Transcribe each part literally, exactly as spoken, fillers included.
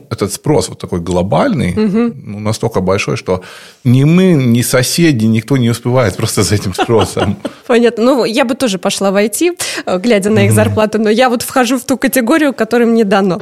этот спрос вот такой глобальный, угу. ну, настолько большой, что ни мы, ни соседи, никто не успевает просто за этим спросом. Понятно. Ну, я бы тоже пошла в ай ти, глядя на их зарплату, но я вот вхожу в ту категорию, которой мне дано.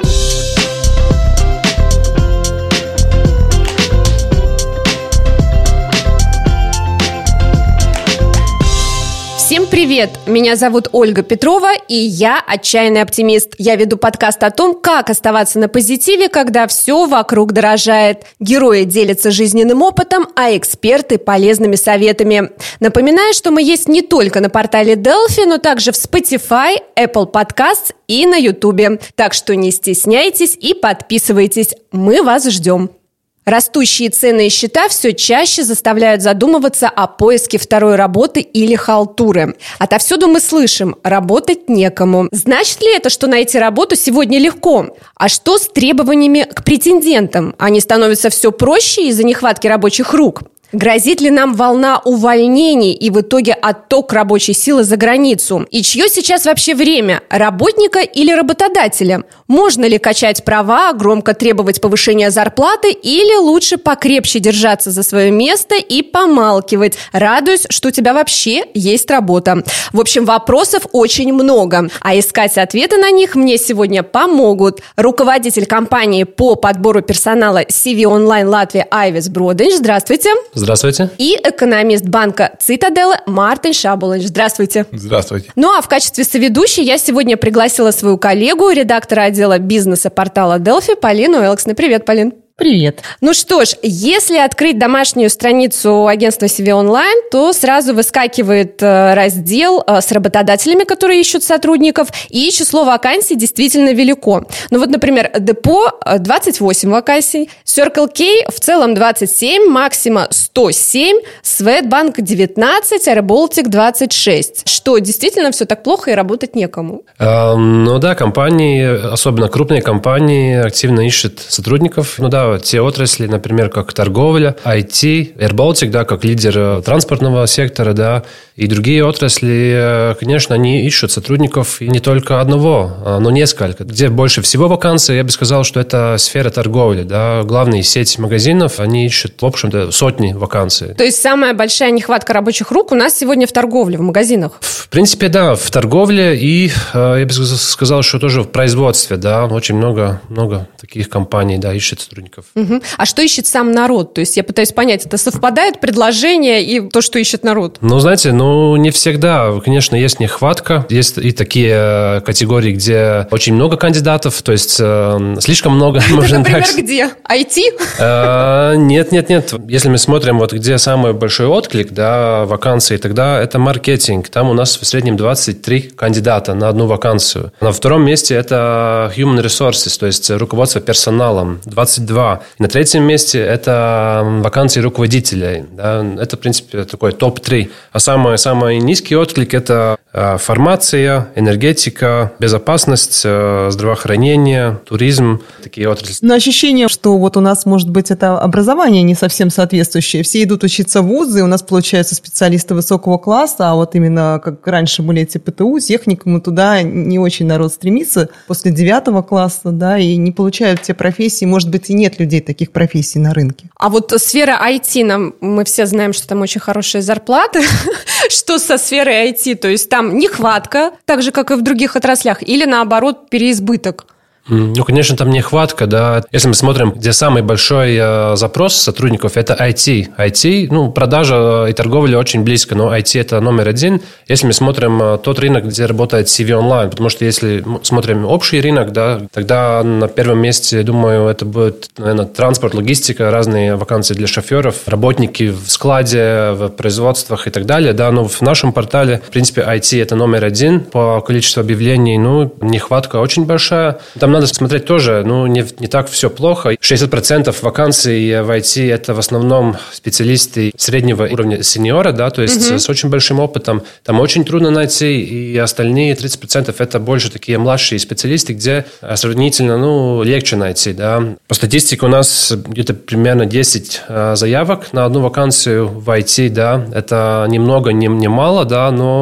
Всем привет! Меня зовут Ольга Петрова, и я отчаянный оптимист. Я веду подкаст о том, как оставаться на позитиве, когда все вокруг дорожает. Герои делятся жизненным опытом, а эксперты – полезными советами. Напоминаю, что мы есть не только на портале Delphi, но также в Spotify, Apple Podcasts и на YouTube. Так что не стесняйтесь и подписывайтесь. Мы вас ждем. Растущие цены и счета все чаще заставляют задумываться о поиске второй работы или халтуры. Отовсюду мы слышим: работать некому. Значит ли это, что найти работу сегодня легко? А что с требованиями к претендентам? Они становятся все проще из-за нехватки рабочих рук. Грозит ли нам волна увольнений и в итоге отток рабочей силы за границу? И чье сейчас вообще время? Работника или работодателя? Можно ли качать права, громко требовать повышения зарплаты или лучше покрепче держаться за свое место и помалкивать, радуясь, что у тебя вообще есть работа? В общем, вопросов очень много, а искать ответы на них мне сегодня помогут руководитель компании по подбору персонала си ви Online Латвия Айвис Броденч. Здравствуйте. Здравствуйте. И экономист банка Цитаделы Мартин Шабулинч. Здравствуйте. Здравствуйте. Ну а в качестве соведущей я сегодня пригласила свою коллегу, редактора отдела бизнеса портала Delphi Полину Элксне. Привет, Полин. Привет. Ну что ж, если открыть домашнюю страницу агентства си ви Online, то сразу выскакивает раздел с работодателями, которые ищут сотрудников, и число вакансий действительно велико. Ну вот, например, Депо двадцать восемь вакансий, Circle K в целом двадцать семь, Максима сто семь, Светбанк девятнадцать, Аэроболтик двадцать шесть. Что, действительно все так плохо и работать некому? Э, ну да, компании, особенно крупные компании, активно ищут сотрудников. Ну да, те отрасли, например, как торговля, ай ти, Airbaltic, да, как лидер транспортного сектора, да, и другие отрасли, конечно, они ищут сотрудников, и не только одного, но несколько. Где больше всего вакансий, я бы сказал, что это сфера торговли, да, главные сети магазинов, они ищут, в общем-то, сотни вакансий. То есть самая большая нехватка рабочих рук у нас сегодня в торговле, в магазинах? В принципе, да, в торговле и, я бы сказал, что тоже в производстве, да, очень много, много таких компаний, да, ищут сотрудников. Угу. А что ищет сам народ? То есть я пытаюсь понять, это совпадает предложение и то, что ищет народ? Ну, знаете, ну, не всегда. Конечно, есть нехватка. Есть и такие категории, где очень много кандидатов, то есть э, слишком много. Это, например, так... где? ай ти? Э, нет, нет, нет. Если мы смотрим, вот где самый большой отклик, да, вакансий, тогда это маркетинг. Там у нас в среднем двадцать три кандидата на одну вакансию. На втором месте это human resources, то есть руководство персоналом, двадцать два. И на третьем месте это вакансии руководителей. Да, это, в принципе, такой топ три. А самый, самый низкий отклик – это фармация, энергетика, безопасность, здравоохранение, туризм, такие отрасли. Но ощущение, что вот у нас, может быть, это образование не совсем соответствующее. Все идут учиться в вузы, у нас получаются специалисты высокого класса, а вот именно как раньше были эти ПТУ, техникумы, туда не очень народ стремится после девятого класса, да, и не получают те профессии, может быть, и нет людей таких профессий на рынке. А вот сфера ай ти, нам, мы все знаем, что там очень хорошие зарплаты. Что со сферой ай ти? То есть там нехватка, так же, как и в других отраслях, или наоборот переизбыток? Ну, конечно, там нехватка, да. Если мы смотрим, где самый большой э, запрос сотрудников, это ай ти. ай ти, ну, продажа и торговля очень близко, но ай ти это номер один. Если мы смотрим э, тот рынок, где работает си ви Online, потому что если смотрим общий рынок, да, тогда на первом месте, думаю, это будет, наверное, транспорт, логистика, разные вакансии для шоферов, работники в складе, в производствах и так далее, да. Но в нашем портале, в принципе, ай ти это номер один по количеству объявлений, ну, нехватка очень большая. Там надо смотреть тоже, ну, не, не так все плохо. шестьдесят процентов вакансий в ай ти – это в основном специалисты среднего уровня сеньора, да, то есть uh-huh. с очень большим опытом. Там очень трудно найти, и остальные тридцать процентов – это больше такие младшие специалисты, где сравнительно, ну, легче найти, да. По статистике у нас где-то примерно десять заявок на одну вакансию в ай ти, да. Это ни много, ни, ни мало, да, но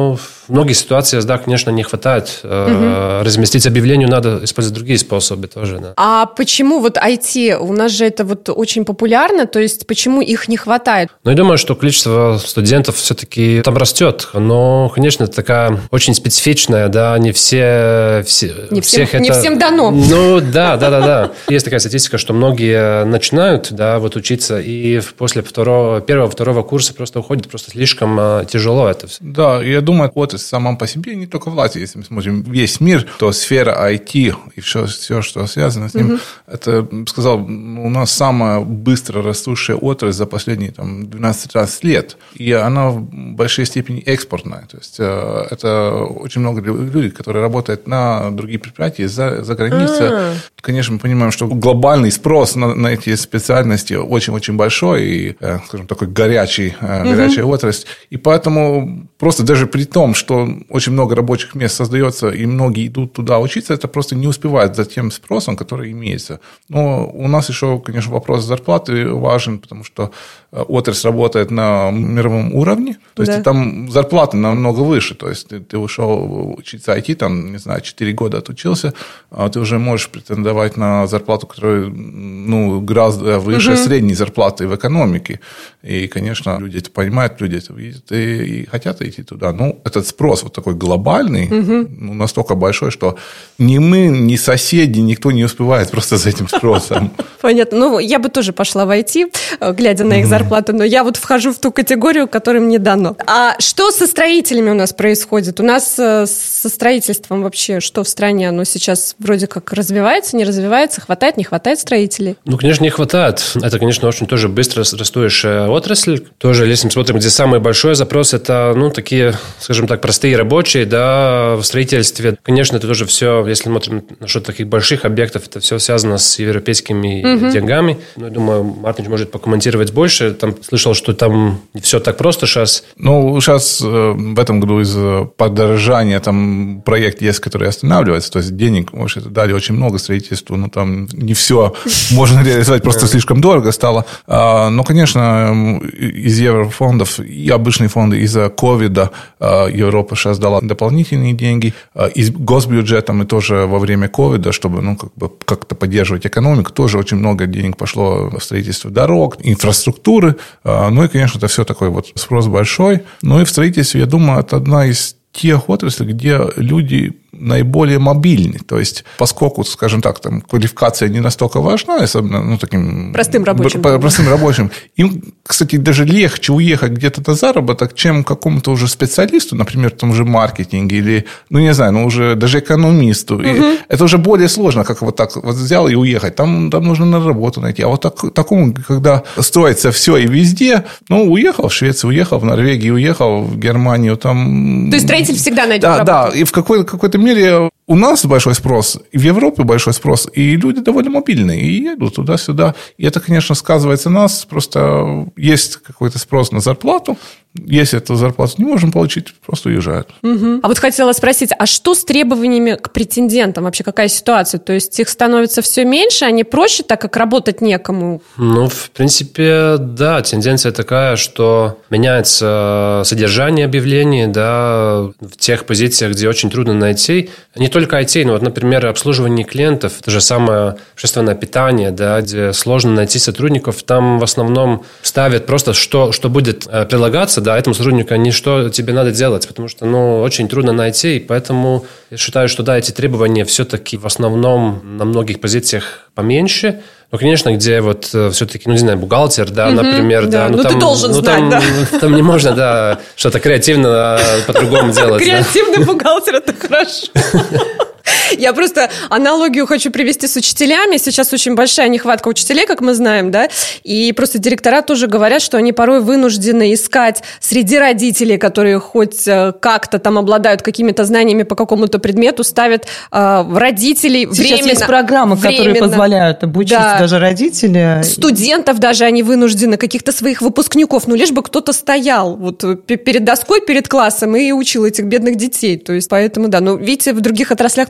В многих ситуациях, да, конечно, не хватает. Угу. Разместить объявление надо использовать другие способы тоже, да. А почему вот ай ти? У нас же это вот очень популярно, то есть почему их не хватает? Ну, я думаю, что количество студентов все-таки там растет, но, конечно, это такая очень специфичная, да, не все... все не, всех всем, это... не всем дано. Ну, да, да, да, да. Есть такая статистика, что многие начинают, да, вот учиться, и после второго, первого, второго курса просто уходят, просто слишком а, тяжело это все. Да, я думаю, вот сама по себе, не только в Латвии, если мы смотрим весь мир, то сфера ай ти и все, все что связано с ним, угу. это, сказал, у нас самая быстро растущая отрасль за последние там, двенадцать-тринадцать лет, и она в большей степени экспортная, то есть это очень много людей, которые работают на другие предприятия за, за границей. А-а-а. Конечно, мы понимаем, что глобальный спрос на, на эти специальности очень-очень большой и, скажем, такой горячий, угу. горячая отрасль, и поэтому просто даже при том, что очень много рабочих мест создается, и многие идут туда учиться, это просто не успевает за тем спросом, который имеется. Но у нас еще, конечно, вопрос зарплаты важен, потому что отрасль работает на мировом уровне, то есть да. там зарплаты намного выше, то есть ты, ты ушел учиться ай ти, там, не знаю, четыре года отучился, а ты уже можешь претендовать на зарплату, которая, ну, гораздо выше угу. средней зарплаты в экономике, и, конечно, люди это понимают, люди это видят и, и хотят идти туда. Ну, этот спрос вот такой глобальный, угу. ну, настолько большой, что ни мы, ни соседи, никто не успевает просто за этим спросом. Понятно. Ну, я бы тоже пошла в ай ти, глядя на их зарплату, но я вот вхожу в ту категорию, которым не дано. А что со строителями у нас происходит? У нас со строительством вообще что в стране? Оно сейчас вроде как развивается, не развивается? Хватает, не хватает строителей? Ну, конечно, не хватает. Это, конечно, очень тоже быстро растущая отрасль. Тоже, если мы смотрим, где самый большой запрос, это, ну, такие, скажем так, простые рабочие, да, в строительстве. Конечно, это тоже все, если мы смотрим на что-то таких больших объектов, это все связано с европейскими угу. деньгами. Ну, я думаю, Мартин может покомментировать больше. Там слышал, что там не все так просто сейчас. Ну, сейчас в этом году из-за подорожания там проект есть, который останавливается, то есть денег, вообще, дали очень много строительству, но там не все можно реализовать, просто слишком дорого стало. Но, конечно, из еврофондов и обычные фонды из-за ковида Европа сейчас дала дополнительные деньги, из госбюджета мы тоже во время ковида, чтобы, ну, как бы как-то поддерживать экономику, тоже очень много денег пошло в строительство дорог, инфраструктуры. Ну и, конечно, это все такой вот спрос большой. Ну и в строительстве, я думаю, это одна из тех отраслей, где люди наиболее мобильны. То есть, поскольку, скажем так, там квалификация не настолько важна, особенно, ну, таким... Простым рабочим. Простым рабочим. Им, кстати, даже легче уехать где-то на заработок, чем какому-то уже специалисту, например, в том же маркетинге или, ну, не знаю, ну, уже даже экономисту. Угу. И это уже более сложно, как вот так вот взял и уехать. Там, там нужно на работу найти. А вот так, такому, когда строится все и везде, ну, уехал в Швецию, уехал в Норвегию, уехал в Германию, там... То есть строитель всегда найдет да, работу. Да, и в какой-то, какой-то мере у нас большой спрос, и в Европе большой спрос, и люди довольно мобильные, и едут туда-сюда. И это, конечно, сказывается на нас, просто есть какой-то спрос на зарплату, если эту зарплату не можем получить, просто уезжают. Угу. А вот хотела спросить, а что с требованиями к претендентам? Вообще какая ситуация? То есть их становится все меньше, они проще, так как работать некому? Ну, в принципе, да, тенденция такая, что меняется содержание объявлений, да, в тех позициях, где очень трудно найти. Не только ай ти, но, вот, например, обслуживание клиентов, то же самое общественное питание, да, где сложно найти сотрудников, там в основном ставят просто, что, что будет прилагаться, да, этому сотруднику, а не что тебе надо делать, потому что, ну, очень трудно найти, и поэтому я считаю, что, да, эти требования все-таки в основном на многих позициях поменьше. Ну, конечно, где вот все-таки, ну, не знаю, бухгалтер, да, угу, например, да. да ну, ну, ты там, должен ну, знать, там, да. Там не можно, да, что-то креативно по-другому делать. Креативный бухгалтер – это хорошо. Я просто аналогию хочу привести с учителями. Сейчас очень большая нехватка учителей, как мы знаем, да, и просто директора тоже говорят, что они порой вынуждены искать среди родителей, которые хоть как-то там обладают какими-то знаниями по какому-то предмету, ставят э, родителей Сейчас временно. Есть программы, временно, которые позволяют обучить да, даже родители. Студентов даже они вынуждены, каких-то своих выпускников, ну, лишь бы кто-то стоял вот перед доской, перед классом и учил этих бедных детей. То есть, поэтому, да, ну, видите, в других отраслях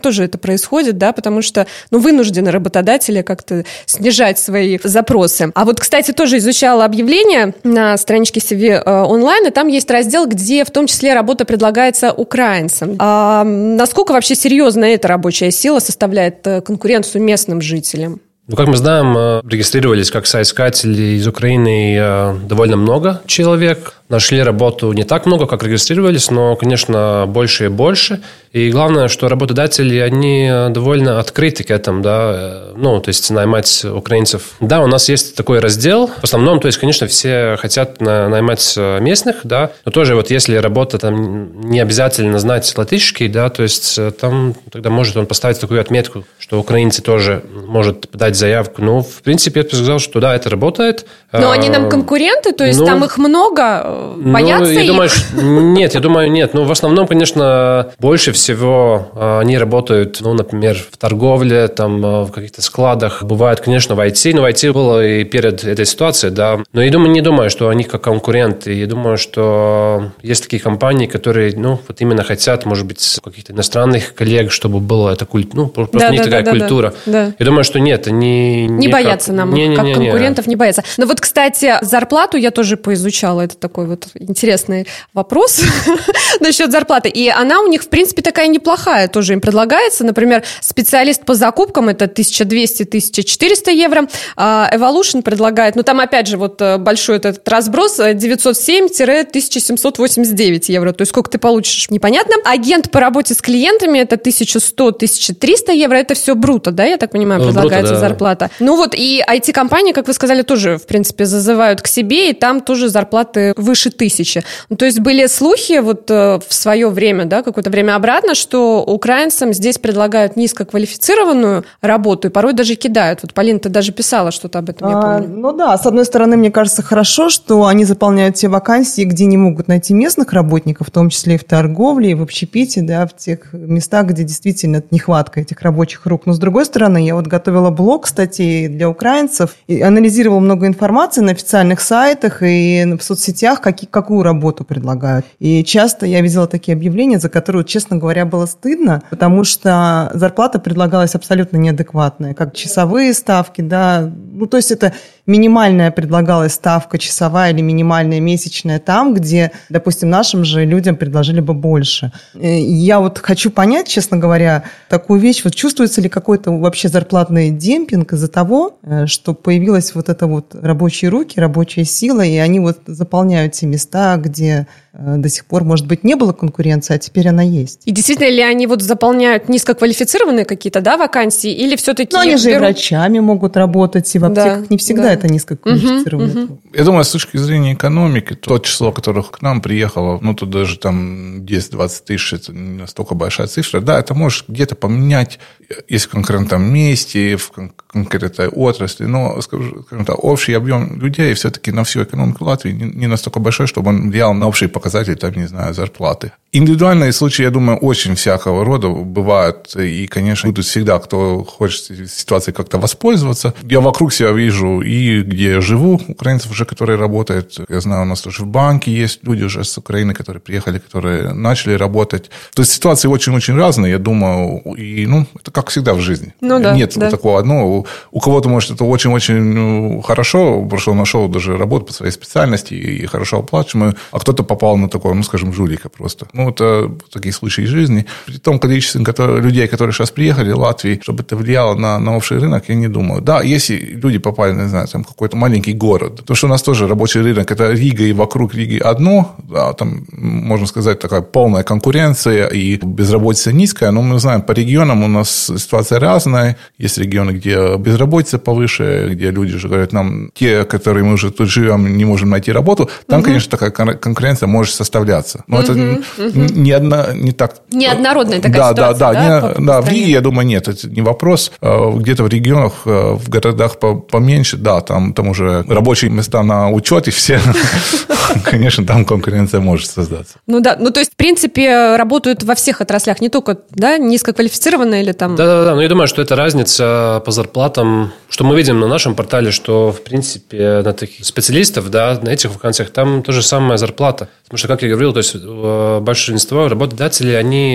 тоже это происходит, да, потому что, ну, вынуждены работодатели как-то снижать свои запросы. А вот, кстати, тоже изучала объявление на страничке си ви онлайн, и там есть раздел, где в том числе работа предлагается украинцам. А насколько вообще серьезно эта рабочая сила составляет конкуренцию местным жителям? Ну, как мы знаем, регистрировались как соискатели из Украины довольно много человек. Нашли работу не так много, как регистрировались, но, конечно, больше и больше. И главное, что работодатели, они довольно открыты к этому, да, ну, то есть наймать украинцев. Да, у нас есть такой раздел. В основном, то есть, конечно, все хотят наймать местных, да, но тоже вот если работа там не обязательно знать латышский, да, то есть там тогда может он поставить такую отметку, что украинцы тоже могут подать заявку. Ну, в принципе, я бы сказал, что да, это работает. Но они нам конкуренты, то есть ну, там их много, боятся ну, я их? Думаю, нет, я думаю, нет. Ну, в основном, конечно, больше всего они работают, ну, например, в торговле, там, в каких-то складах. Бывает, конечно, в ай ти, но в ай ти было и перед этой ситуацией, да. Но я думаю, не думаю, что они как конкуренты. Я думаю, что есть такие компании, которые, ну, вот именно хотят, может быть, каких-то иностранных коллег, чтобы была эта культура, ну, просто да, у них да, такая да, культура. Да. Я думаю, что нет, они не, не боятся как... нам, не, не, как не, конкурентов не. не боятся. Но вот, кстати, зарплату я тоже поизучала. Это такой вот интересный вопрос насчет зарплаты. И она у них, в принципе, такая неплохая. Тоже им предлагается. Например, специалист по закупкам – это тысяча двести - тысяча четыреста евро. Evolution предлагает, ну там опять же вот большой этот разброс, девятьсот семь - тысяча семьсот восемьдесят девять евро. То есть сколько ты получишь, непонятно. Агент по работе с клиентами – это тысяча сто - тысяча триста евро. Это все бруто, да, я так понимаю, предлагается бруто, да. зарплата. Ну вот и ай ти-компании, как вы сказали, тоже, в принципе, зазывают к себе, и там тоже зарплаты выше тысячи. Ну, то есть были слухи вот э, в свое время, да, какое-то время обратно, что украинцам здесь предлагают низкоквалифицированную работу и порой даже кидают. Вот, Полина, ты даже писала что-то об этом, я помню. А, ну да, с одной стороны, мне кажется, хорошо, что они заполняют те вакансии, где не могут найти местных работников, в том числе и в торговле, и в общепите, да, в тех местах, где действительно нехватка этих рабочих рук. Но с другой стороны, я вот готовила блог статей для украинцев и анализировала много информации на официальных сайтах и в соцсетях, как, какую работу предлагают. И часто я видела такие объявления, за которые, честно говоря, было стыдно, потому что зарплата предлагалась абсолютно неадекватная, как часовые ставки, да, ну, то есть это минимальная предлагалась ставка часовая или минимальная месячная там, где, допустим, нашим же людям предложили бы больше. И я вот хочу понять, честно говоря, такую вещь, вот чувствуется ли какой-то вообще зарплатный демпинг из-за того, что появилась вот эта вот рабочие руки, рабочая сила, и они вот заполняют те места, где до сих пор, может быть, не было конкуренции, а теперь она есть. И действительно ли они вот заполняют низкоквалифицированные какие-то, да, вакансии, или все-таки... Ну, они же берут... и врачами могут работать, и в аптеках да, не всегда да. это низкоквалифицированные. Угу, угу. Я думаю, с точки зрения экономики, то число, которых к нам приехало, ну, тут даже там десять-двадцать тысяч, это не настолько большая цифра, да, это может где-то поменять, если в конкретном месте, в конкретной отрасли, но, скажем так, общий объем людей все-таки на всю экономику Латвии не настолько большой, чтобы он влиял на общие показатели. Показатели, там, не знаю, зарплаты. Индивидуальные случаи, я думаю, очень всякого рода бывают. И, конечно, будут всегда, кто хочет ситуацией как-то воспользоваться. Я вокруг себя вижу, и где я живу, украинцев уже, которые работают. Я знаю, у нас тоже в банке есть люди уже с Украины, которые приехали, которые начали работать. То есть ситуации очень-очень разные, я думаю. И, ну, это как всегда в жизни. Ну, да, Нет да. такого одного. У, у кого-то, может, это очень-очень хорошо, потому что он нашел даже работу по своей специальности и хорошо оплачиваемую, а кто-то попал на такого, ну, скажем, жулика просто. Ну, это такие случаи из жизни. При том количестве которые, людей, которые сейчас приехали в Латвию, чтобы это влияло на, на общий рынок, я не думаю. Да, если люди попали, не знаю, там какой-то маленький город, потому что у нас тоже рабочий рынок, это Рига и вокруг Риги одно, да, там, можно сказать, такая полная конкуренция и безработица низкая, но мы знаем, по регионам у нас ситуация разная. Есть регионы, где безработица повыше, где люди уже говорят, нам, те, которые мы уже тут живем, не можем найти работу, там, угу. конечно, такая конкуренция может составляться. Но угу, это угу. не, одна, не так... Неоднородная такая да, ситуация, да? Да, да, не, да в Риге, я думаю, нет, это не вопрос. Где-то в регионах, в городах поменьше, да, там, там уже рабочие места на учете все, конечно, там конкуренция может создаться. Ну да, ну то есть, в принципе, работают во всех отраслях, не только, да, низкоквалифицированные или там... Да-да-да, но я думаю, что это разница по зарплатам, что мы видим на нашем портале, что, в принципе, на таких специалистов, да, на этих вакансиях, там то же самая зарплата. Потому что, как я говорил, то есть большинство работодателей, они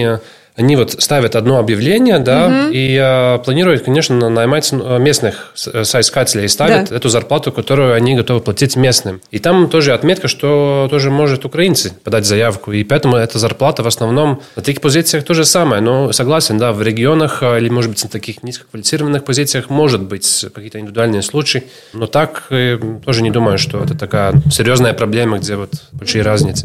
они вот ставят одно объявление, да, угу. и э, планируют, конечно, наймать местных соискателей и ставят да. эту зарплату, которую они готовы платить местным. И там тоже отметка, что тоже может украинцы подать заявку, и поэтому эта зарплата в основном на таких позициях то же самое. Но согласен, да, в регионах или, может быть, на таких низкоквалифицированных позициях может быть какие-то индивидуальные случаи, но так э, тоже не думаю, что это такая серьезная проблема, где вот большие разницы.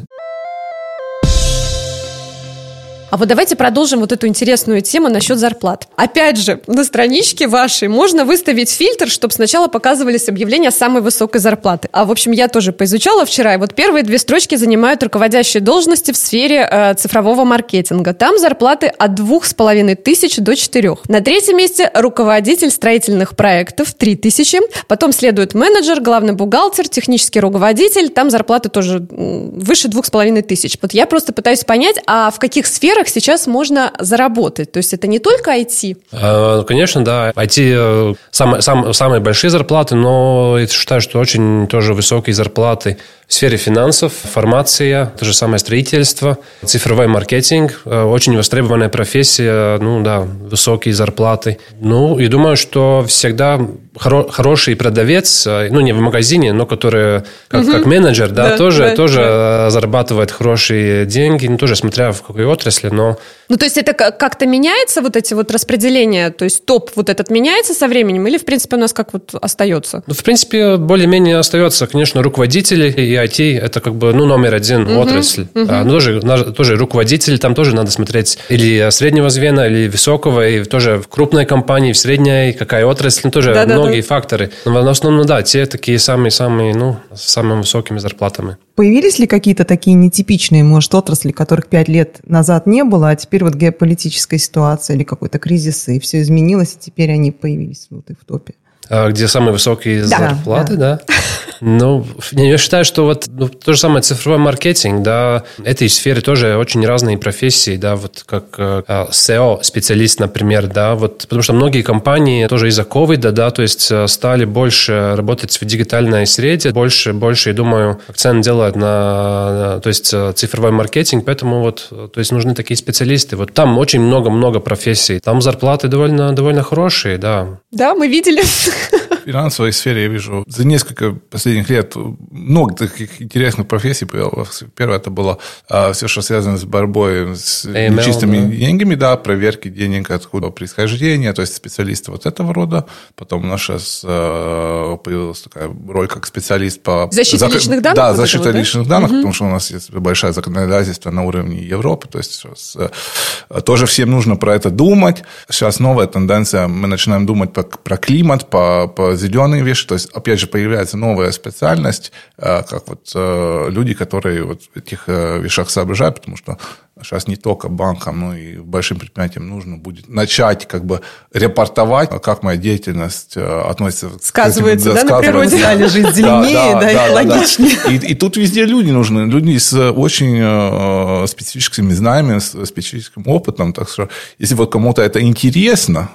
А вот давайте продолжим вот эту интересную тему насчет зарплат. Опять же, на страничке вашей можно выставить фильтр, чтобы сначала показывались объявления самой высокой зарплаты. А, в общем, я тоже поизучала вчера, и вот первые две строчки занимают руководящие должности в сфере э, цифрового маркетинга. Там зарплаты от двух с половиной тысяч до четырех. На третьем месте руководитель строительных проектов три тысячи. Потом следует менеджер, главный бухгалтер, технический руководитель. Там зарплаты тоже выше двух с половиной тысяч. Вот я просто пытаюсь понять, а в каких сферах сейчас можно заработать? То есть это не только ай ти? Конечно, да. ай ти самые, самые, самые большие зарплаты, но я считаю, что очень тоже высокие зарплаты в сфере финансов, фармация, то же самое строительство, цифровой маркетинг, очень востребованная профессия, ну да, высокие зарплаты. Ну, и думаю, что всегда хоро- хороший продавец, ну, не в магазине, но который как, угу. как менеджер, да, да тоже, да, тоже да. зарабатывает хорошие деньги, ну, тоже смотря в какой отрасли, но... Ну, то есть это как-то меняется, вот эти вот распределения, то есть топ вот этот меняется со временем, или, в принципе, у нас как вот остается? Ну, в принципе, более-менее остается, конечно, руководители, и ай ти – это как бы, ну, номер один uh-huh, отрасль. Uh-huh. А, ну, тоже, тоже руководитель, там тоже надо смотреть или среднего звена, или высокого, и тоже в крупной компании, в средней, какая отрасль, ну, тоже да, многие да, да. факторы. Но в основном, да, те такие самые-самые, ну, с самыми высокими зарплатами. Появились ли какие-то такие нетипичные, может, отрасли, которых пять лет назад не было, а теперь вот геополитическая ситуация или какой-то кризис, и все изменилось, и теперь они появились вот и в топе? А где самые высокие да, зарплаты, да? да? Ну, я считаю, что вот ну, то же самое цифровой маркетинг, да, этой сфере тоже очень разные профессии, да, вот как э, эс и о-специалист, например, да, вот, потому что многие компании тоже из-за ковида, да, то есть стали больше работать в дигитальной среде, больше, больше, я думаю, акцент делают на, то есть цифровой маркетинг, поэтому вот, то есть нужны такие специалисты. Вот там очень много-много профессий, там зарплаты довольно, довольно хорошие, да. Да, мы видели. В финансовой сфере я вижу за несколько последних лет много таких интересных профессий появилось. Первое, это было а, все, что связано с борьбой с эй эм эл, нечистыми да. деньгами, да, проверки денег, откуда происхождение, то есть специалисты вот этого рода. Потом у нас сейчас а, появилась такая роль, как специалист по... Защита зак... личных данных? Да, защита вот, личных да? данных, угу. потому что у нас есть большое законодательство на уровне Европы, то есть сейчас а, тоже всем нужно про это думать. Сейчас новая тенденция, мы начинаем думать по, про климат, по, по зеленые вещи, то есть, опять же, появляется новая специальность, как вот люди, которые вот в этих вещах соображают, потому что сейчас не только банкам, но и большим предприятиям нужно будет начать как бы репортовать, как моя деятельность относится сказывается, к этим, да, на природе стали жить зеленее, да, да, да, экологичнее. Да, да. И, и тут везде люди нужны, люди с очень специфическими знаниями, с специфическим опытом, так что если вот кому-то это интересно,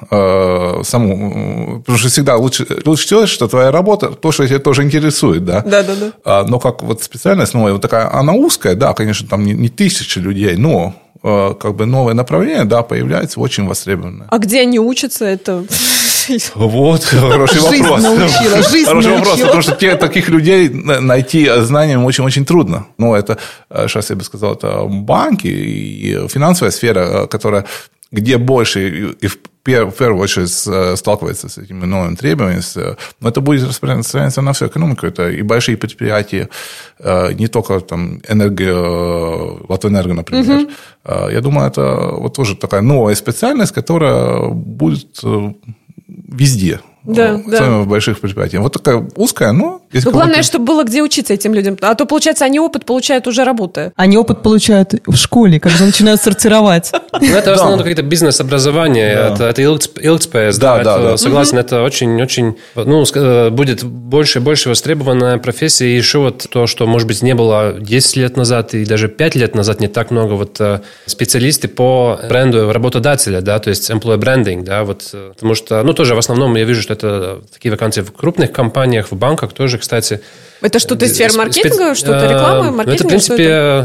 саму, потому что всегда лучше, лучше делать, что твоя работа, то, что тебя тоже интересует, да. Да, да, да. Но как вот специальность новая, вот такая, она узкая, да, конечно, там не, не тысячи людей, но как бы новое направление, да, появляется очень востребованное. А где они учатся, это... Вот, хороший жизнь вопрос. Научила, жизнь хороший научила. вопрос, потому что те, таких людей найти знаниями очень-очень трудно. Ну, это, сейчас я бы сказал, это банки и финансовая сфера, которая, где больше и в в первую очередь сталкивается с этими новыми требованиями, но это будет распространяться на всю экономику. Это и большие предприятия, не только там энерго, Латвэнерго, например. Угу. Я думаю, это вот тоже такая новая специальность, которая будет везде. Да, особенно да. в больших предприятиях. Вот такая узкая, но... Но главное, чтобы было где учиться этим людям. А то, получается, они опыт получают уже работая. Они опыт получают в школе, когда начинают сортировать. Это в основном какое-то бизнес-образование, это илдспейс, да, согласен, это очень-очень, ну, будет больше и больше востребованная профессия. И еще вот то, что, может быть, не было десять лет назад и даже пять лет назад не так много вот специалисты по бренду работодателя, да, то есть employee branding, да, вот, потому что, ну, тоже в основном я вижу, что это такие вакансии в крупных компаниях, в банках тоже, кстати. Это что-то из сферы маркетинга? Что-то рекламы, маркетинга? Это, в принципе,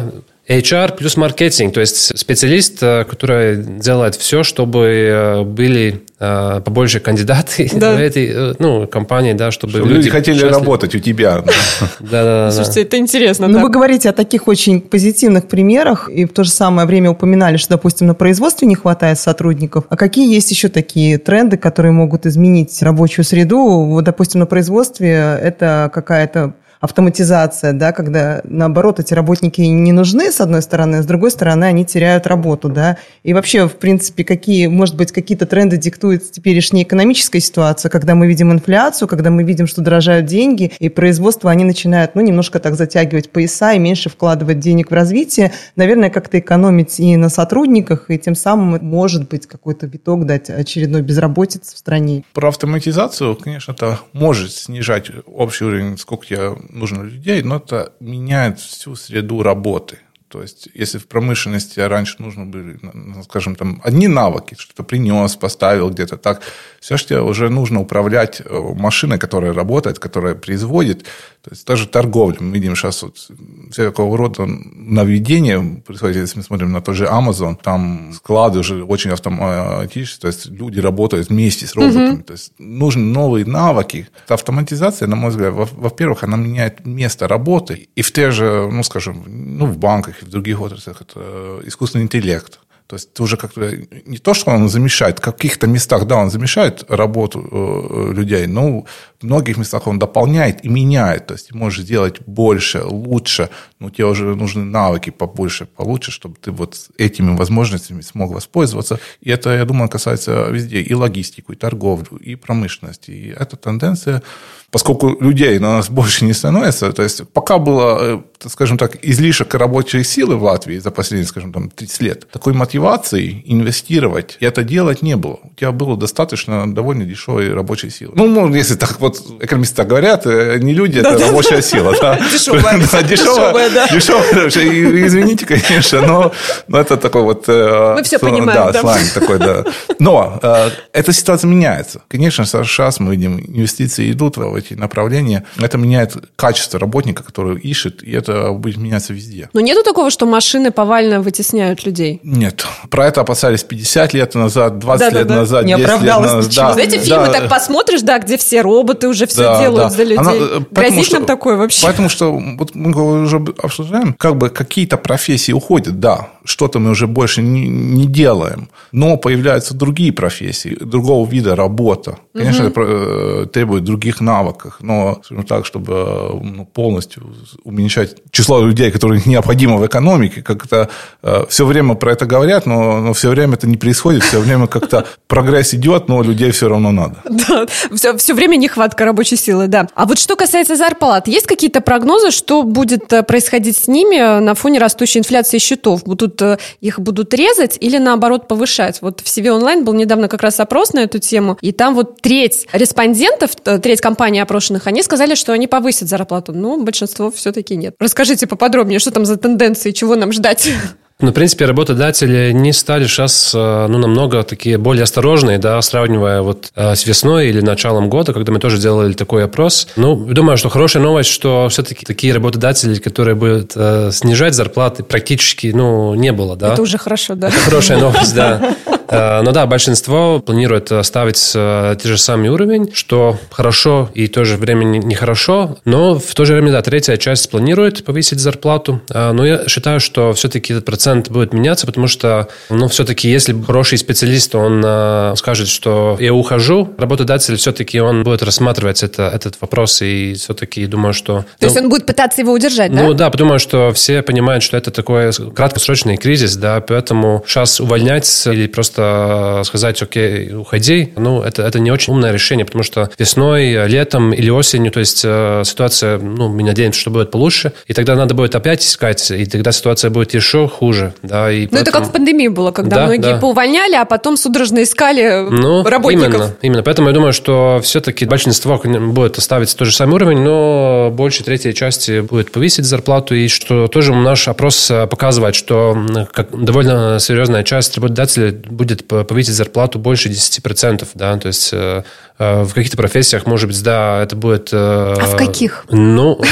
эйч ар плюс маркетинг, то есть специалист, который делает все, чтобы были побольше кандидаты да. в этой ну, компании, да, чтобы, чтобы люди, люди хотели счастливы. Работать у тебя. Да-да-да. Слушайте, это интересно. Ну, вы говорите о таких очень позитивных примерах, и в то же самое время упоминали, что, допустим, на производстве не хватает сотрудников. А какие есть еще такие тренды, которые могут изменить рабочую среду? Вот, допустим, на производстве это какая-то автоматизация, да, когда, наоборот, эти работники не нужны, с одной стороны, а с другой стороны, они теряют работу, да. И вообще, в принципе, какие, может быть, какие-то тренды диктует теперешняя экономическая ситуация, когда мы видим инфляцию, когда мы видим, что дорожают деньги, и производство, они начинают, ну, немножко так затягивать пояса и меньше вкладывать денег в развитие, наверное, как-то экономить и на сотрудниках, и тем самым, может быть, какой-то виток дать очередной безработицы в стране. Про автоматизацию, конечно, это может снижать общий уровень, сколько я нужно людей, но это меняет всю среду работы. То есть, если в промышленности раньше нужно были, скажем, там, одни навыки, что-то принес, поставил где-то так, все, что уже нужно управлять машиной, которая работает, которая производит. То есть, даже торговля. Мы видим сейчас вот всякого рода нововведения происходит. Если мы смотрим на тот же Amazon, там склады уже очень автоматически, то есть, люди работают вместе с роботами. Mm-hmm. То есть, нужны новые навыки. Автоматизация, на мой взгляд, во-первых, она меняет место работы. И в те же, ну, скажем, ну, в банках, и в других отраслях это искусственный интеллект. То есть, это уже как-то не то, что он замещает, в каких-то местах, да, он замещает работу э, людей, но в многих местах он дополняет и меняет. То есть, ты можешь сделать больше, лучше, но тебе уже нужны навыки побольше, получше, чтобы ты вот этими возможностями смог воспользоваться. И это, я думаю, касается везде, и логистику, и торговлю, и промышленности. И эта тенденция, поскольку людей на нас больше не становится, то есть, пока было, скажем так, излишек рабочей силы в Латвии за последние, скажем, там, тридцать лет, такой мотивации инвестировать и это делать не было. У тебя было достаточно довольно дешевой рабочей силы. Ну, если так вот экономисты так говорят, не люди, это рабочая сила. Дешевая. Дешевая, да. Дешевая. Извините, конечно, но это такой вот... Мы все понимаем. Да, сленг такой, да. Но эта ситуация меняется. Конечно, сейчас мы видим, инвестиции идут в эти направления. Это меняет качество работника, который ищет, и это будет меняться везде. Но нету такого, что машины повально вытесняют людей? Нет. Про это опасались пятьдесят лет назад, двадцать да, лет да, да. назад, не десять лет назад. Да, знаете, фильмы да. так посмотришь, да, где все роботы уже все да, делают да. за людей. Она, Грозит что, нам такое вообще? Потому что вот мы уже обсуждаем, как бы какие-то профессии уходят, да, что-то мы уже больше не, не делаем, но появляются другие профессии, другого вида работа. Конечно, угу. это требует других навыков, но, скажем так, чтобы ну, полностью уменьшать число людей, которые необходимо в экономике, как-то э, все время про это говорят, но, но все время это не происходит, все время как-то прогресс идет, но людей все равно надо. Да, все, все время нехватка рабочей силы, да. А вот что касается зарплат, есть какие-то прогнозы, что будет происходить с ними на фоне растущей инфляции счетов? Будут, их будут резать или, наоборот, повышать? Вот в си ви Online был недавно как раз опрос на эту тему, и там вот треть респондентов, треть компаний опрошенных, они сказали, что они повысят зарплату, но большинство все-таки нет. Расскажите поподробнее, что там за тенденции, чего нам ждать? Ну, в принципе, работодатели не стали сейчас, ну, намного такие более осторожные, да, сравнивая вот с весной или началом года, когда мы тоже делали такой опрос. Ну, думаю, что хорошая новость, что все-таки такие работодатели, которые будут э, снижать зарплаты, практически, ну, не было, да. Это уже хорошо, да. Это хорошая новость, да. Но да, большинство планирует оставить те же самый уровень, что хорошо и в то же время нехорошо, но в то же время, да, третья часть планирует повысить зарплату. Но я считаю, что все-таки этот процент будет меняться, потому что, ну, все-таки, если хороший специалист, он скажет, что я ухожу, работодатель все-таки он будет рассматривать это, этот вопрос, и все-таки думаю, что... То ну, есть он будет пытаться его удержать, да? Ну да, потому что все понимают, что это такой краткосрочный кризис, да, поэтому сейчас увольнять или просто сказать, окей, уходи, ну, это, это не очень умное решение, потому что весной, летом или осенью, то есть ситуация, ну, мы надеемся, что будет получше, и тогда надо будет опять искать, и тогда ситуация будет еще хуже, да, и ну, поэтому... это как в пандемии было, когда да, многие да. поувольняли, а потом судорожно искали ну, работников. Именно, именно, поэтому я думаю, что все-таки большинство будет оставить тот же самый уровень, но больше третьей части будет повысить зарплату, и что тоже наш опрос показывает, что как довольно серьезная часть работодателей будет повысить зарплату больше десять процентов, да, то есть э, в каких-то профессиях, может быть, да, это будет... Э, а в каких? Ну,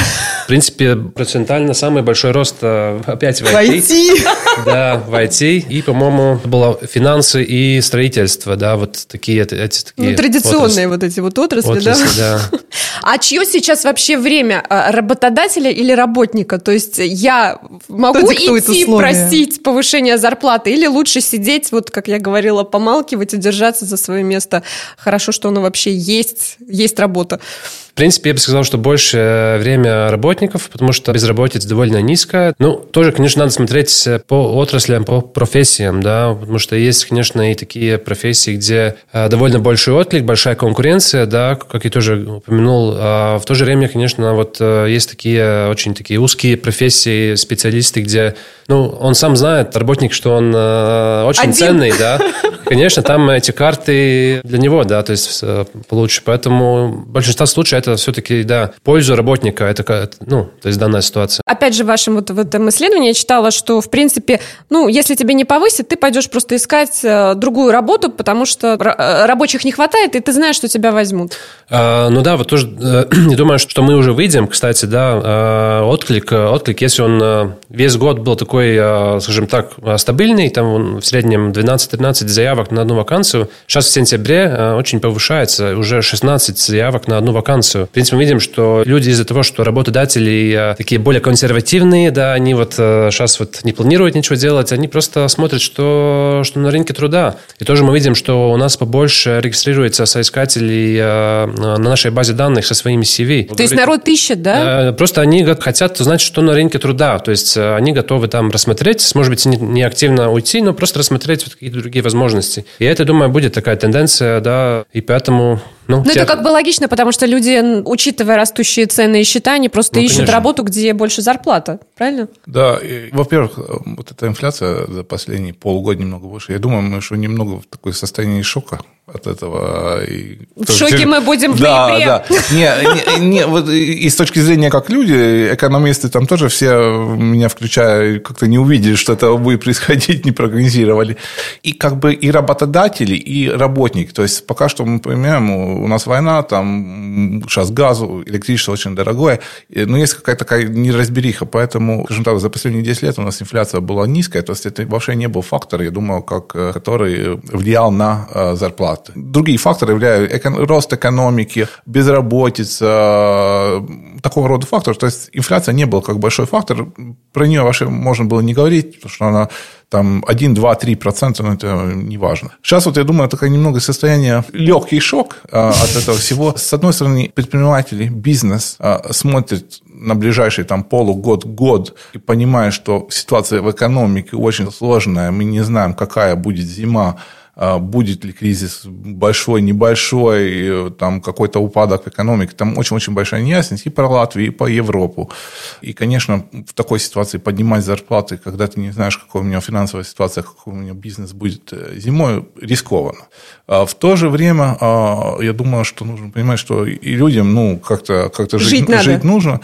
В принципе, процентально самый большой рост опять в ай ти. В ай ти. Да, в ай ти. И, по-моему, было финансы и строительство, да, вот такие эти такие. Ну, традиционные отрасли. вот эти вот отрасли, Отрасли, да? да. А чье сейчас вообще время? Работодателя или работника? То есть я могу Кто диктует идти условия? просить повышения зарплаты или лучше сидеть, вот как я говорила, помалкивать и держаться за свое место? Хорошо, что оно вообще есть, есть работа. В принципе, я бы сказал, что больше время работников, потому что безработица довольно низкая. Ну, тоже, конечно, надо смотреть по отраслям, по профессиям, да, потому что есть, конечно, и такие профессии, где довольно большой отклик, большая конкуренция, да, как я тоже упомянул. А в то же время, конечно, вот есть такие очень такие узкие профессии, специалисты, где, ну, он сам знает, работник, что он очень Один. ценный, да. Конечно, там эти карты для него, да, то есть получше. Поэтому в большинстве случаев это все-таки, да, в пользу работника, это, ну, то есть данная ситуация. Опять же, в вашем вот в этом исследовании я читала, что, в принципе, ну, если тебе не повысят, ты пойдешь просто искать э, другую работу, потому что р- рабочих не хватает, и ты знаешь, что тебя возьмут. А, ну да, вот тоже, э, не думаю, что мы уже выйдем, кстати, да, э, отклик, отклик, если он э, весь год был такой, э, скажем так, стабильный, там он в среднем двенадцать-тринадцать заявок на одну вакансию, сейчас в сентябре э, очень повышается, уже шестнадцать заявок на одну вакансию. В принципе, мы видим, что люди из-за того, что работодатели э, такие более консервативные, да, они вот э, сейчас вот не планируют ничего делать, они просто смотрят, что, что на рынке труда. И тоже мы видим, что у нас побольше регистрируется соискателей э, на нашей базе данных со своими си ви. То есть народ ищет, да? Э, просто они хотят знать, что на рынке труда. То есть э, они готовы там рассмотреть, может быть, не, не активно уйти, но просто рассмотреть вот какие-то другие возможности. И это, думаю, будет такая тенденция, да, и поэтому... Ну, Ну, те... это как бы логично, потому что люди, учитывая растущие цены и счета, они просто Ну, ищут конечно. работу, где больше зарплата, правильно? Да, и, во-первых, вот эта инфляция за последние полгода немного выше. Я думаю, мы еще немного в такое состояние шока от этого. И В шоке мы будем в да, ноябре. Да, не, не, не, вот и с точки зрения как люди, экономисты там тоже все, меня включая, как-то не увидели, что это будет происходить, не прогнозировали. И как бы и работодатели, и работники. То есть пока что мы понимаем, у нас война, там сейчас газу, электричество очень дорогое, но есть какая-то такая неразбериха, поэтому, скажем так, за последние десять лет у нас инфляция была низкая, то есть это вообще не был фактор, я думаю, как, который влиял на зарплату. Другие факторы являются эко- рост экономики, безработица, такого рода факторы. То есть инфляция не была как большой фактор, про нее вообще можно было не говорить, потому что она там один, два, три процента, но это не важно. Сейчас вот я думаю, такое немного состояние, легкий шок а, от этого всего. С одной стороны, предприниматели, бизнес а, смотрят на ближайший там полугод, год и понимают, что ситуация в экономике очень сложная, мы не знаем, какая будет зима, будет ли кризис большой, небольшой, там какой-то упадок экономики, там очень-очень большая неясность и про Латвию, и по Европу. И, конечно, в такой ситуации поднимать зарплаты, когда ты не знаешь, какая у меня финансовая ситуация, какой у меня бизнес будет зимой, рискованно. В то же время, я думаю, что нужно понимать, что и людям, ну, как-то, как-то жить, жить, жить нужно.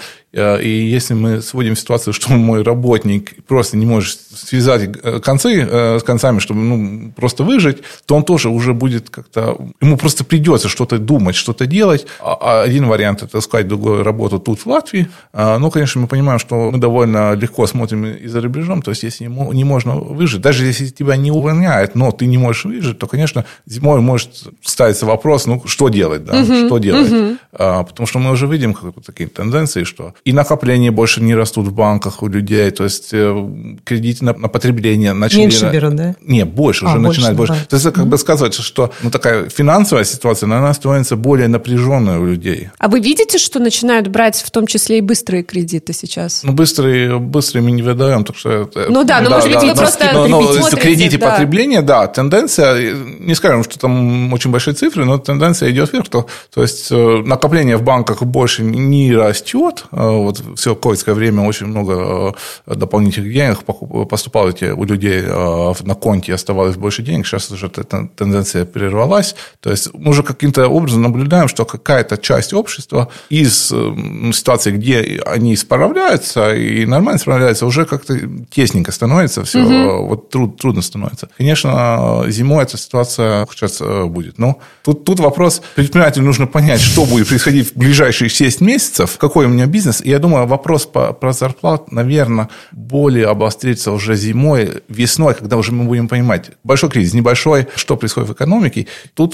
И если мы сводим ситуацию, что мой работник просто не может связать концы с концами, чтобы ну, просто выжить, то он тоже уже будет как-то... Ему просто придется что-то думать, что-то делать. Один вариант – это искать другую работу тут, в Латвии. Но, конечно, мы понимаем, что мы довольно легко смотрим и за рубежом. То есть, если не можно выжить, даже если тебя не увольняют, но ты не можешь выжить, то, конечно, зимой может ставиться вопрос, ну, что делать, да, uh-huh, что делать. Uh-huh. Потому что мы уже видим такие тенденции, что и накопления больше не растут в банках у людей, то есть кредиты на, на потребление начали... Меньше берут, да? Не, больше, а, уже больше, начинают больше. Да. То есть это как бы сказывается, что ну, такая финансовая ситуация, она становится более напряженной у людей. А вы видите, что начинают брать в том числе и быстрые кредиты сейчас? Ну, быстрые, быстрые мы не выдаем, так что... Ну да, но, да, может быть, да, вы да, просто но, но, смотрите. Кредиты да. потребления, да, тенденция, не скажем, что там очень большие цифры, но тенденция идет вверх. То, то есть накопление в банках больше не растет. Вот все ковидское время очень много дополнительных денег поступало у людей на конте, оставалось больше денег. Сейчас уже эта тенденция прервалась. То есть мы уже каким-то образом наблюдаем, что какая-то часть общества из ситуации, где они справляются и нормально справляются, уже как-то тесненько становится все, угу. вот труд, трудно становится. Конечно, зимой эта ситуация сейчас будет. Но тут, тут вопрос, предпринимателю нужно понять, что будет происходить в ближайшие шесть месяцев, какой у меня бизнес, конец. Я думаю, вопрос по, про зарплат, наверное, более обострится уже зимой, весной, когда уже мы будем понимать, большой кризис, небольшой, что происходит в экономике. Тут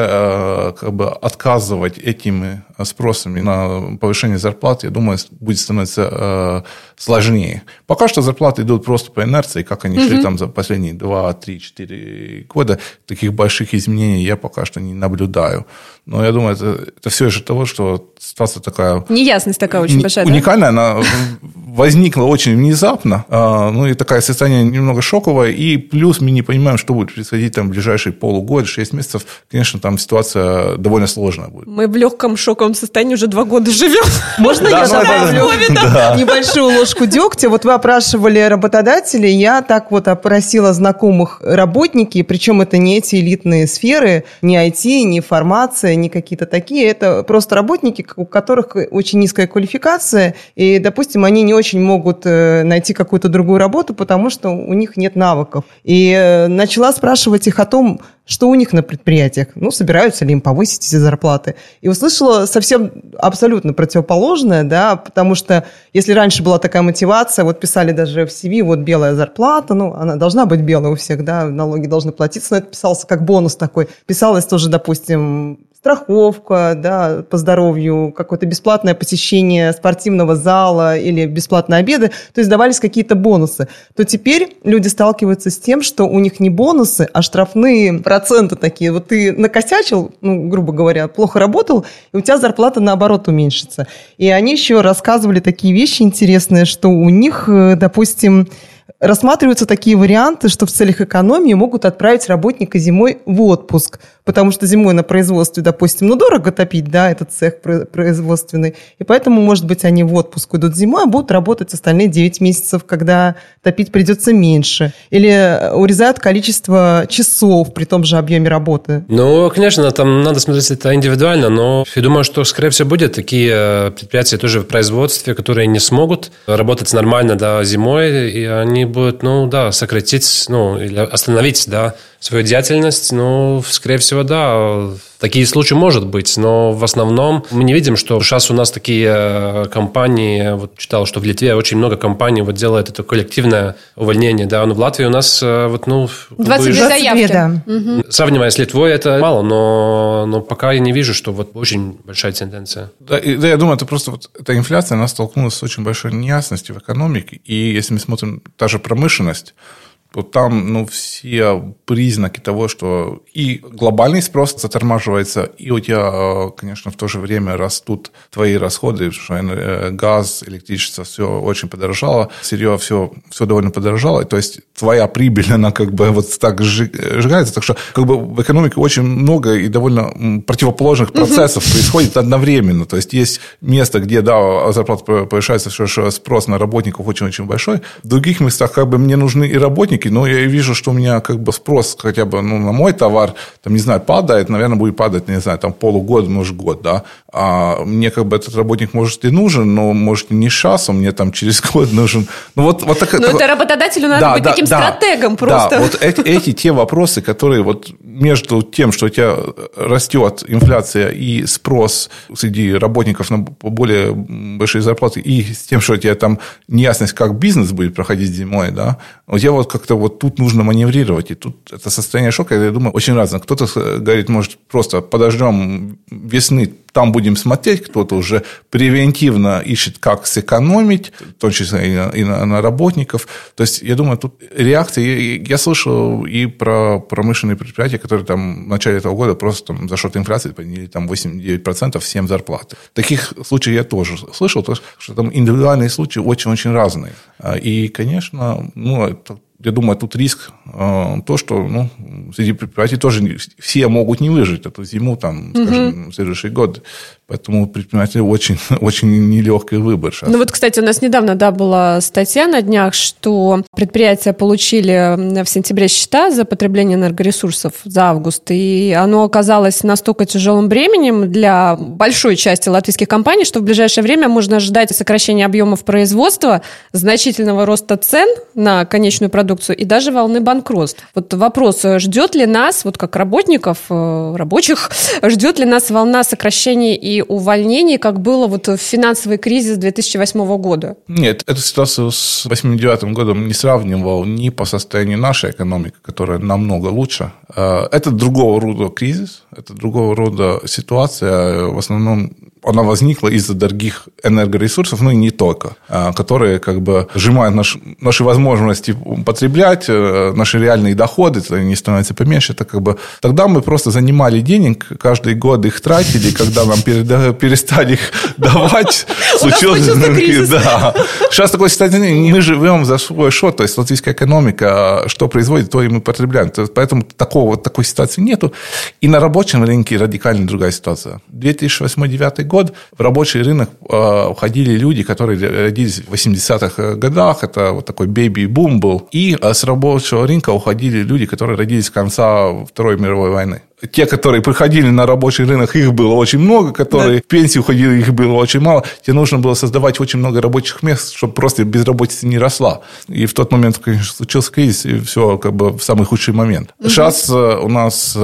уже как бы отказывать этими спросами на повышение зарплат, я думаю, будет становиться сложнее. Пока что зарплаты идут просто по инерции, как они шли mm-hmm. там за последние два, три, четыре года. Таких больших изменений я пока что не наблюдаю. Но я думаю, это, это все из-за того, что ситуация такая... Неясность такая очень большая, уникальная, да? Она возникла очень внезапно. Ну, и такое состояние немного шоковое. И плюс мы не понимаем, что будет происходить там в ближайшие полугода, шесть месяцев. Конечно, там ситуация довольно сложная будет. Мы в легком шоковом состоянии уже два года живем. Можно я добавлю небольшую ложку дегтя? Вот вы опрашивали работодателей, я так вот опросила знакомых работники, причем это не эти элитные сферы, не ай ти, не фармация, не какие-то такие, это просто работники, у которых очень низкая квалификация, и, допустим, они не очень могут найти какую-то другую работу, потому что у них нет навыков. И начала спрашивать их о том, что у них на предприятиях, ну, собираются ли им повысить эти зарплаты. И услышала совсем абсолютно противоположное, да, потому что если раньше была такая мотивация, вот писали даже в си ви, вот белая зарплата, ну, она должна быть белая у всех, да, налоги должны платиться, но это писался как бонус такой. Писалось тоже, допустим, страховка, да, по здоровью, какое-то бесплатное посещение спортивного зала или бесплатные обеды, то есть давались какие-то бонусы, то теперь люди сталкиваются с тем, что у них не бонусы, а штрафные проценты такие. Вот ты накосячил, ну, грубо говоря, плохо работал, и у тебя зарплата, наоборот, уменьшится. И они еще рассказывали такие вещи интересные, что у них, допустим, рассматриваются такие варианты, что в целях экономии могут отправить работника зимой в отпуск, потому что зимой на производстве, допустим, ну, дорого топить, да, этот цех производственный, и поэтому, может быть, они в отпуск идут зимой, а будут работать остальные девять месяцев, когда топить придется меньше. Или урезают количество часов при том же объеме работы. Ну, конечно, там надо смотреть это индивидуально, но я думаю, что, скорее всего, будет такие предприятия тоже в производстве, которые не смогут работать нормально, да, зимой, и они будут, ну, да, сократить, ну, или остановить, да, свою деятельность, ну, скорее всего, да, такие случаи может быть, но в основном мы не видим, что сейчас у нас такие компании, вот читал, что в Литве очень много компаний вот делает это коллективное увольнение, да, но в Латвии у нас вот, ну... двадцать две заявки. Да. Угу. Сравнивая с Литвой, это мало, но, но пока я не вижу, что вот очень большая тенденция. Да, и, да, я думаю, это просто вот эта инфляция, она столкнулась с очень большой неясностью в экономике, и если мы смотрим та же промышленность, то там, ну, все признаки того, что и глобальный спрос затормаживается, и у тебя, конечно, в то же время растут твои расходы, потому что газ, электричество, все очень подорожало, сырье все, все довольно подорожало, то есть твоя прибыль, она как бы вот так сжигается, так что как бы в экономике очень много и довольно противоположных процессов mm-hmm. происходит одновременно, то есть есть место, где, да, зарплата повышается, что спрос на работников очень-очень большой, в других местах как бы мне нужны и работники, но я вижу, что у меня как бы спрос хотя бы, ну, на мой товар, там, не знаю, падает, наверное, будет падать, не знаю, там полугода, может, год, да. А мне как бы этот работник, может, и нужен, но, может, не сейчас, он мне там через год нужен. Ну, вот, вот так, но это, это работодателю надо да, быть да, таким да, стратегом просто. Да, вот эти, эти те вопросы, которые вот между тем, что у тебя растет инфляция и спрос среди работников на более большие зарплаты, и с тем, что у тебя там неясность, как бизнес будет проходить зимой, да, у тебя вот как-то вот тут нужно маневрировать, и тут это состояние шока, я думаю, очень разное. Кто-то говорит, может, просто подождем весны, там будем смотреть, кто-то уже превентивно ищет, как сэкономить, в том числе и на, и на, на работников. То есть, я думаю, тут реакция... Я слышал и про промышленные предприятия, которые там в начале этого года просто там, за счет инфляции подняли там восемь-девять процентов всем зарплаты. Таких случаев я тоже слышал, что там индивидуальные случаи очень-очень разные. И, конечно, ну, это... Я думаю, тут риск э, то, что ну, среди предприятий тоже не, все могут не выжить эту зиму, там, скажем, угу. в следующий год. Поэтому предприниматели очень, очень нелегкий выбор сейчас. Ну вот, кстати, у нас недавно, да, была статья на днях, что предприятия получили в сентябре счета за потребление энергоресурсов за август, и оно оказалось настолько тяжелым бременем для большой части латвийских компаний, что в ближайшее время можно ожидать сокращения объемов производства, значительного роста цен на конечную продукцию, продукцию, и даже волны банкротств. Вот вопрос, ждет ли нас, вот как работников, рабочих, ждет ли нас волна сокращений и увольнений, как было вот в финансовый кризис две тысячи восьмого года? Нет, эту ситуацию с две тысячи восьмым — две тысячи девятым годом не сравнивал ни по состоянию нашей экономики, которая намного лучше. Это другого рода кризис, это другого рода ситуация. В основном она возникла из-за дорогих энергоресурсов, ну и не только, которые как бы сжимают наш, наши возможности потреблять, наши реальные доходы, они становятся поменьше. Это как бы... Тогда мы просто занимали денег, каждый год их тратили, когда нам перестали их давать, случился кризис. Да. Сейчас такой ситуации нет. Мы живем за свой счет, то есть латвийская экономика, что производит, то и мы потребляем. Поэтому такого, такой ситуации нету. И на рабочем рынке радикально другая ситуация. две тысячи восьмой — две тысячи девятый год в рабочий рынок входили люди, которые родились в восьмидесятых годах, это вот такой бэйби-бум был, и с рабочего рынка уходили люди, которые родились с конца Второй мировой войны. Те, которые приходили на рабочий рынок, их было очень много, которые да. в пенсию уходили, их было очень мало. Тебе нужно было создавать очень много рабочих мест, чтобы просто безработица не росла. И в тот момент, конечно, случился кризис, и все как бы в самый худший момент. Угу. Сейчас у нас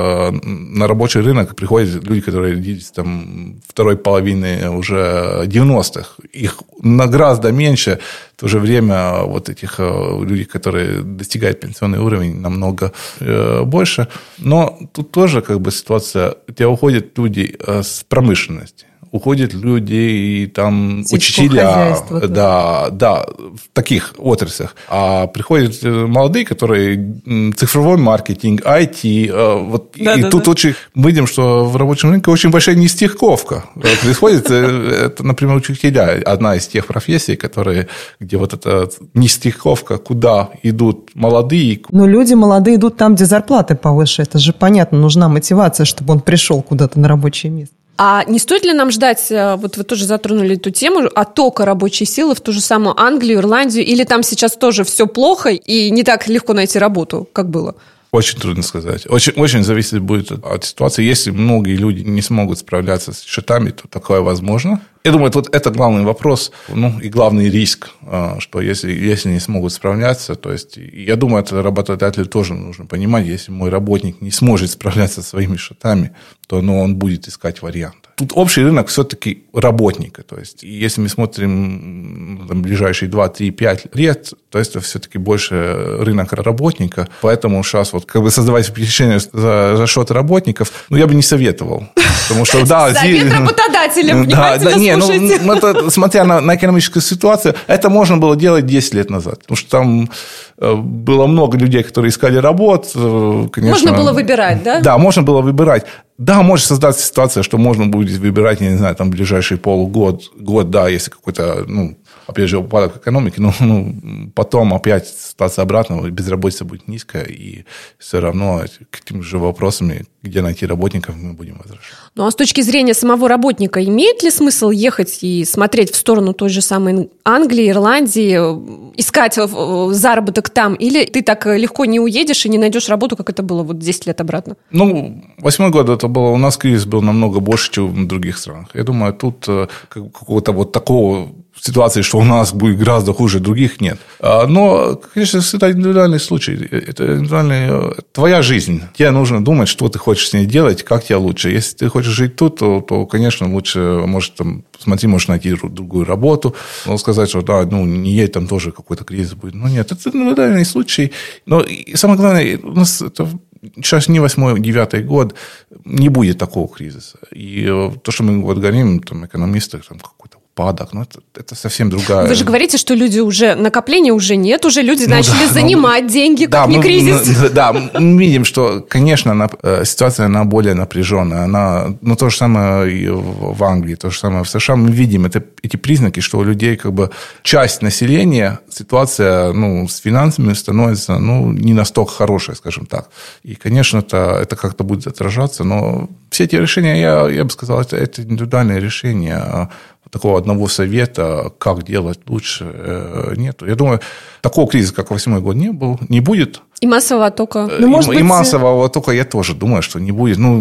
на рабочий рынок приходят люди, которые родились там второй половины уже девяностых. Их гораздо меньше. В то же время вот этих людей, которые достигают пенсионный уровень, намного больше. Но тут тоже как бы ситуация, у тебя уходят люди с промышленности, уходят люди и там учителя, да, да, в таких отраслях. А приходят молодые, которые цифровой маркетинг, ай ти. Вот, да, и да, тут да. очень мы видим, что в рабочем рынке очень большая нестыковка происходит. Это, например, учителя, одна из тех профессий, которые, где вот эта нестыковка, куда идут молодые. Но люди молодые идут там, где зарплаты повыше. Это же понятно, нужна мотивация, чтобы он пришел куда-то на рабочее место. А не стоит ли нам ждать, вот вы тоже затронули эту тему, оттока рабочей силы в ту же самую Англию, Ирландию, или там сейчас тоже все плохо и не так легко найти работу, как было? Очень трудно сказать. Очень, очень зависит будет от ситуации. Если многие люди не смогут справляться с счетами, то такое возможно. Я думаю, вот это главный вопрос, ну, и главный риск, что если, если не смогут справляться, то есть, я думаю, это работодателю тоже нужно понимать, если мой работник не сможет справляться со своими счетами, то ну, он будет искать варианты. Тут общий рынок все-таки работника, то есть, если мы смотрим там, ближайшие два, три, пять лет, то есть, это все-таки больше рынок работника, поэтому сейчас вот как бы создавать впечатление за, за счет работников, ну, я бы не советовал. Потому что, да, совет работодателям, внимательно не, ну, это, смотря на, на экономическую ситуацию, это можно было делать десять лет назад. Потому что там было много людей, которые искали работу. Конечно, можно было выбирать, да? Да, можно было выбирать. Да, может создаться ситуация, что можно будет выбирать, я не знаю, там, ближайший полгода, год, да, если какой-то, ну, опять же, упадок экономики, но ну, потом опять ситуация обратно, безработица будет низкая, и все равно к тем же вопросами, где найти работников, мы будем возвращаться. Ну, а с точки зрения самого работника, имеет ли смысл ехать и смотреть в сторону той же самой Англии, Ирландии, искать заработок там, или ты так легко не уедешь и не найдешь работу, как это было вот десять лет обратно? Ну, восьмой год это было, у нас кризис был намного больше, чем в других странах. Я думаю, тут какого-то вот такого ситуации, что у нас будет гораздо хуже других, нет. Но, конечно, это индивидуальный случай. Это индивидуальная твоя жизнь. Тебе нужно думать, что ты хочешь с ней делать, как тебе лучше. Если ты хочешь жить тут, то, то конечно, лучше, может, там, смотри, можешь найти другую работу. Но сказать, что да, ну, не едь, там тоже какой-то кризис будет. Ну, нет, это индивидуальный случай. Но самое главное, у нас это сейчас не восьмой, девятый год, не будет такого кризиса. И то, что мы вот говорим, там, экономисты, там, какой-то упадок, ну, это, это совсем другая... Вы же говорите, что люди уже, накопления уже нет, уже люди ну, начали да, занимать ну, деньги, как да, не мы, кризис. Мы, да, мы видим, что, конечно, она, ситуация, она более напряженная. Она, ну, то же самое и в Англии, то же самое в США. Мы видим это, эти признаки, что у людей, как бы, часть населения, ситуация, ну, с финансами становится, ну, не настолько хорошая, скажем так. И, конечно, это, это как-то будет отражаться, но все эти решения, я, я бы сказал, это, это индивидуальные решения. Такого одного совета, как делать лучше, нету. Я думаю, такого кризиса, как восьмой год, не был, не будет. И массового оттока. Ну, может и, быть... и массового оттока я тоже думаю, что не будет. Ну,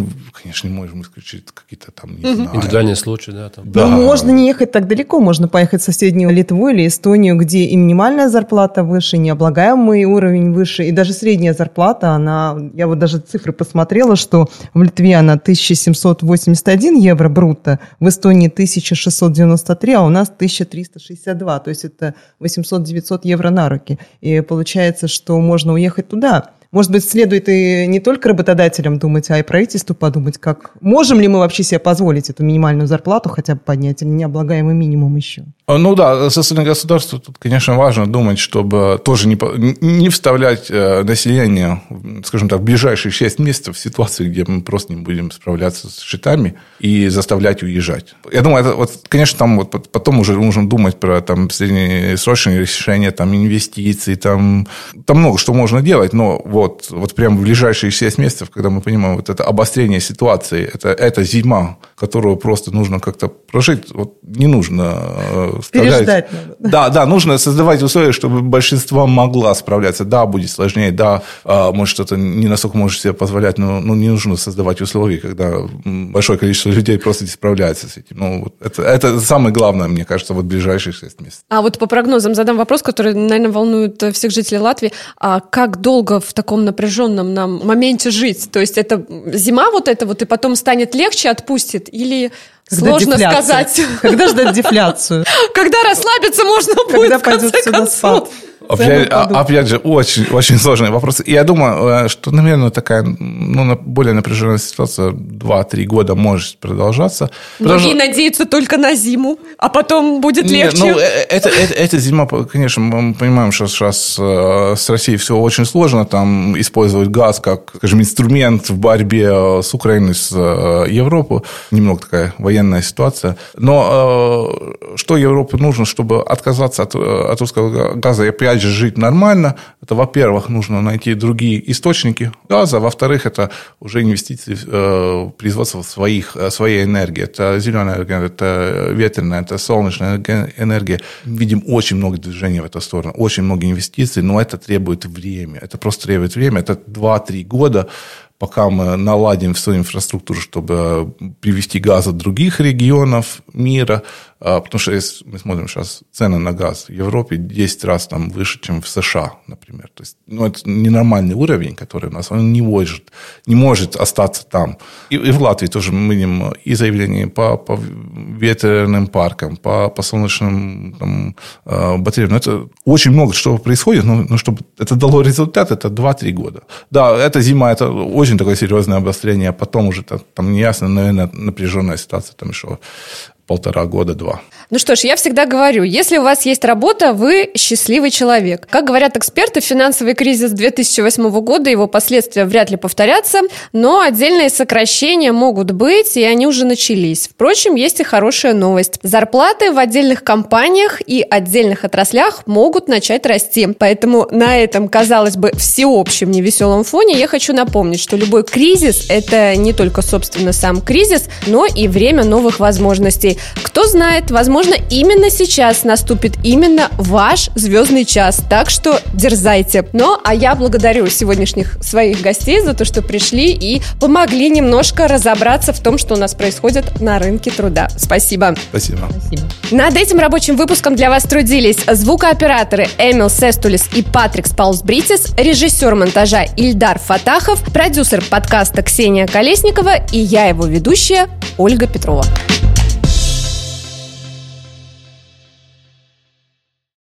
конечно, не можем исключить какие-то там, не угу. знаю. Индивидуальные случаи, да. Там. Да. Но можно не ехать так далеко, можно поехать в соседнюю Литву или Эстонию, где и минимальная зарплата выше, необлагаемый уровень выше, и даже средняя зарплата, она, я вот даже цифры посмотрела, что в Литве она тысяча семьсот восемьдесят один евро брутто, в Эстонии тысяча шестьсот девяносто три, а у нас тысяча триста шестьдесят два, то есть это восемьсот-девятьсот евро на руки. И получается, что можно уехать туда. Может быть, следует и не только работодателям думать, а и правительству подумать, как можем ли мы вообще себе позволить эту минимальную зарплату хотя бы поднять, или необлагаемый минимум еще. Ну да, со стороны государства тут, конечно, важно думать, чтобы тоже не, не вставлять население, скажем так, в ближайшие шесть месяцев в ситуацию, где мы просто не будем справляться с счетами и заставлять уезжать. Я думаю, это, вот, конечно, там вот потом уже нужно думать про там, среднесрочные решения, там, инвестиции, там, там много что можно делать, но вот, вот прямо в ближайшие шесть месяцев, когда мы понимаем, вот это обострение ситуации, это, это зима, которую просто нужно как-то прожить, вот не нужно переждать надо. Да, да, нужно создавать условия, чтобы большинство могла справляться. Да, будет сложнее, да, может, что-то не настолько можешь себе позволять, но, но не нужно создавать условия, когда большое количество людей просто не справляется с этим. Ну, вот это, это самое главное, мне кажется, вот в ближайшие шесть месяцев. А вот по прогнозам задам вопрос, который, наверное, волнует всех жителей Латвии. А как долго в таком напряженном нам моменте жить? То есть это зима вот эта вот, и потом станет легче, отпустит? Или... Когда сложно дефляция? Сказать. Когда ждать дефляцию? Когда расслабиться можно будет, Когда в конце пойдет сюда концов. спад? Опять, опять же, очень, очень сложный вопрос. Я думаю, что, наверное, такая ну, более напряженная ситуация два-три года может продолжаться. Многие что... надеются только на зиму, а потом будет Нет, легче. Ну, это, это, эта зима, конечно, мы понимаем, что сейчас с Россией все очень сложно. Там использовать газ как, скажем, инструмент в борьбе с Украиной, с Европой. Немного такая военная ситуация. Но что Европе нужно, чтобы отказаться от, от русского газа и опять же жить нормально, это, во-первых, нужно найти другие источники газа, во-вторых, это уже инвестиции в производство своих, своей энергии. Это зеленая энергия, это ветреная, это солнечная энергия. Видим очень много движений в эту сторону, очень много инвестиций, но это требует время. Это просто требует время. Это два-три года, пока мы наладим всю инфраструктуру, чтобы привезти газ от других регионов мира. Потому что если мы смотрим сейчас цены на газ в Европе десять раз там выше, чем в США, например. То есть, ну, это ненормальный уровень, который у нас, он не может, не может остаться там. И, и в Латвии тоже мы видим и заявления по, по ветряным паркам, по, по солнечным там, батареям. Но это очень много что происходит, но, но чтобы это дало результат, это два-три года. Да, эта зима, это очень такое серьезное обострение, а потом уже там неясно, наверное, напряженная ситуация, там еще полтора года, два. Ну что ж, я всегда говорю, если у вас есть работа, вы счастливый человек. Как говорят эксперты, финансовый кризис две тысячи восьмого года, его последствия вряд ли повторятся, но отдельные сокращения могут быть, и они уже начались. Впрочем, есть и хорошая новость. Зарплаты в отдельных компаниях и отдельных отраслях могут начать расти. Поэтому на этом, казалось бы, всеобщем невеселом фоне я хочу напомнить, что любой кризис – это не только, собственно, сам кризис, но и время новых возможностей. Кто знает, возможно, именно сейчас наступит именно ваш звездный час. Так что дерзайте. Ну, а я благодарю сегодняшних своих гостей за то, что пришли и помогли немножко разобраться в том, что у нас происходит на рынке труда. Спасибо. Спасибо. Спасибо. Над этим рабочим выпуском для вас трудились звукооператоры Эмил Сестулис и Патрикс Паулс-Бритис, режиссер монтажа Ильдар Фатахов, продюсер подкаста Ксения Колесникова и я, его ведущая, Ольга Петрова.